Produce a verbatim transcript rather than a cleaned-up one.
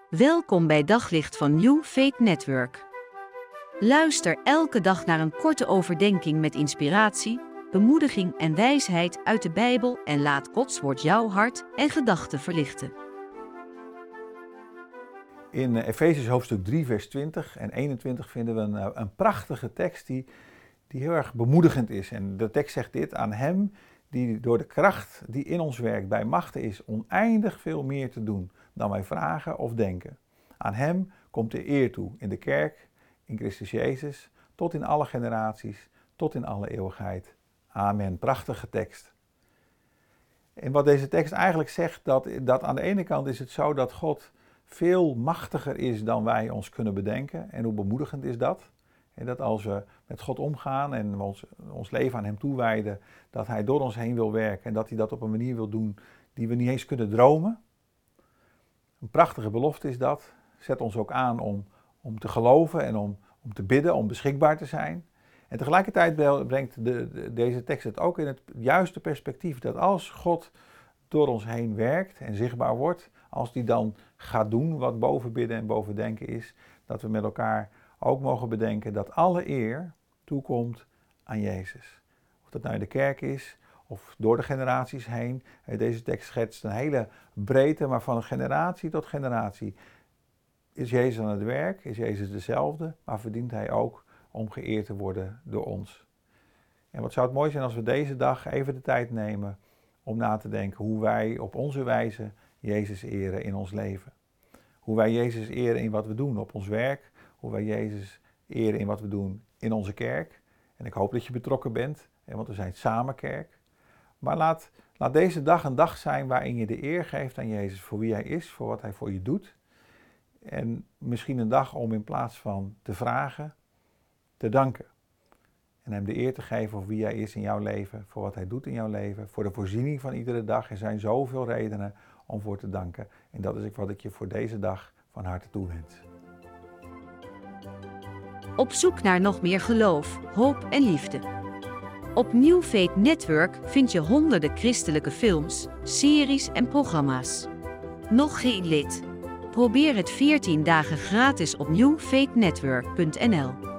Welkom bij Daglicht van New Faith Network. Luister elke dag naar een korte overdenking met inspiratie, bemoediging en wijsheid uit de Bijbel en laat Gods woord jouw hart en gedachten verlichten. In Efesiërs hoofdstuk drie vers twintig en eenentwintig vinden we een, een prachtige tekst die, die heel erg bemoedigend is. En de tekst zegt dit: aan hem die door de kracht die in ons werkt bij machten is oneindig veel meer te doen dan wij vragen of denken. Aan hem komt de eer toe in de kerk, in Christus Jezus, tot in alle generaties, tot in alle eeuwigheid. Amen. Prachtige tekst. En wat deze tekst eigenlijk zegt, dat, dat aan de ene kant is het zo dat God veel machtiger is dan wij ons kunnen bedenken. En hoe bemoedigend is dat? En dat als we met God omgaan en we ons, ons leven aan hem toewijden, dat hij door ons heen wil werken en dat hij dat op een manier wil doen die we niet eens kunnen dromen. Een prachtige belofte is dat. Zet ons ook aan om, om te geloven en om, om te bidden, om beschikbaar te zijn. En tegelijkertijd brengt de, de, deze tekst het ook in het juiste perspectief. Dat als God door ons heen werkt en zichtbaar wordt, als die dan gaat doen wat boven bidden en boven denken is, dat we met elkaar ook mogen bedenken dat alle eer toekomt aan Jezus. Of dat nou in de kerk is of door de generaties heen. Deze tekst schetst een hele breedte, maar van generatie tot generatie is Jezus aan het werk, is Jezus dezelfde, maar verdient hij ook om geëerd te worden door ons. En wat zou het mooi zijn als we deze dag even de tijd nemen om na te denken hoe wij op onze wijze Jezus eren in ons leven. Hoe wij Jezus eren in wat we doen op ons werk, hoe wij Jezus eren in wat we doen in onze kerk. En ik hoop dat je betrokken bent, want we zijn samen kerk. Maar laat, laat deze dag een dag zijn waarin je de eer geeft aan Jezus voor wie hij is, voor wat hij voor je doet. En misschien een dag om in plaats van te vragen, te danken. En hem de eer te geven voor wie hij is in jouw leven, voor wat hij doet in jouw leven, voor de voorziening van iedere dag. Er zijn zoveel redenen om voor te danken. En dat is wat ik je voor deze dag van harte toewens. Op zoek naar nog meer geloof, hoop en liefde. Op New Faith Network vind je honderden christelijke films, series en programma's. Nog geen lid? Probeer het veertien dagen gratis op new faith network punt n l.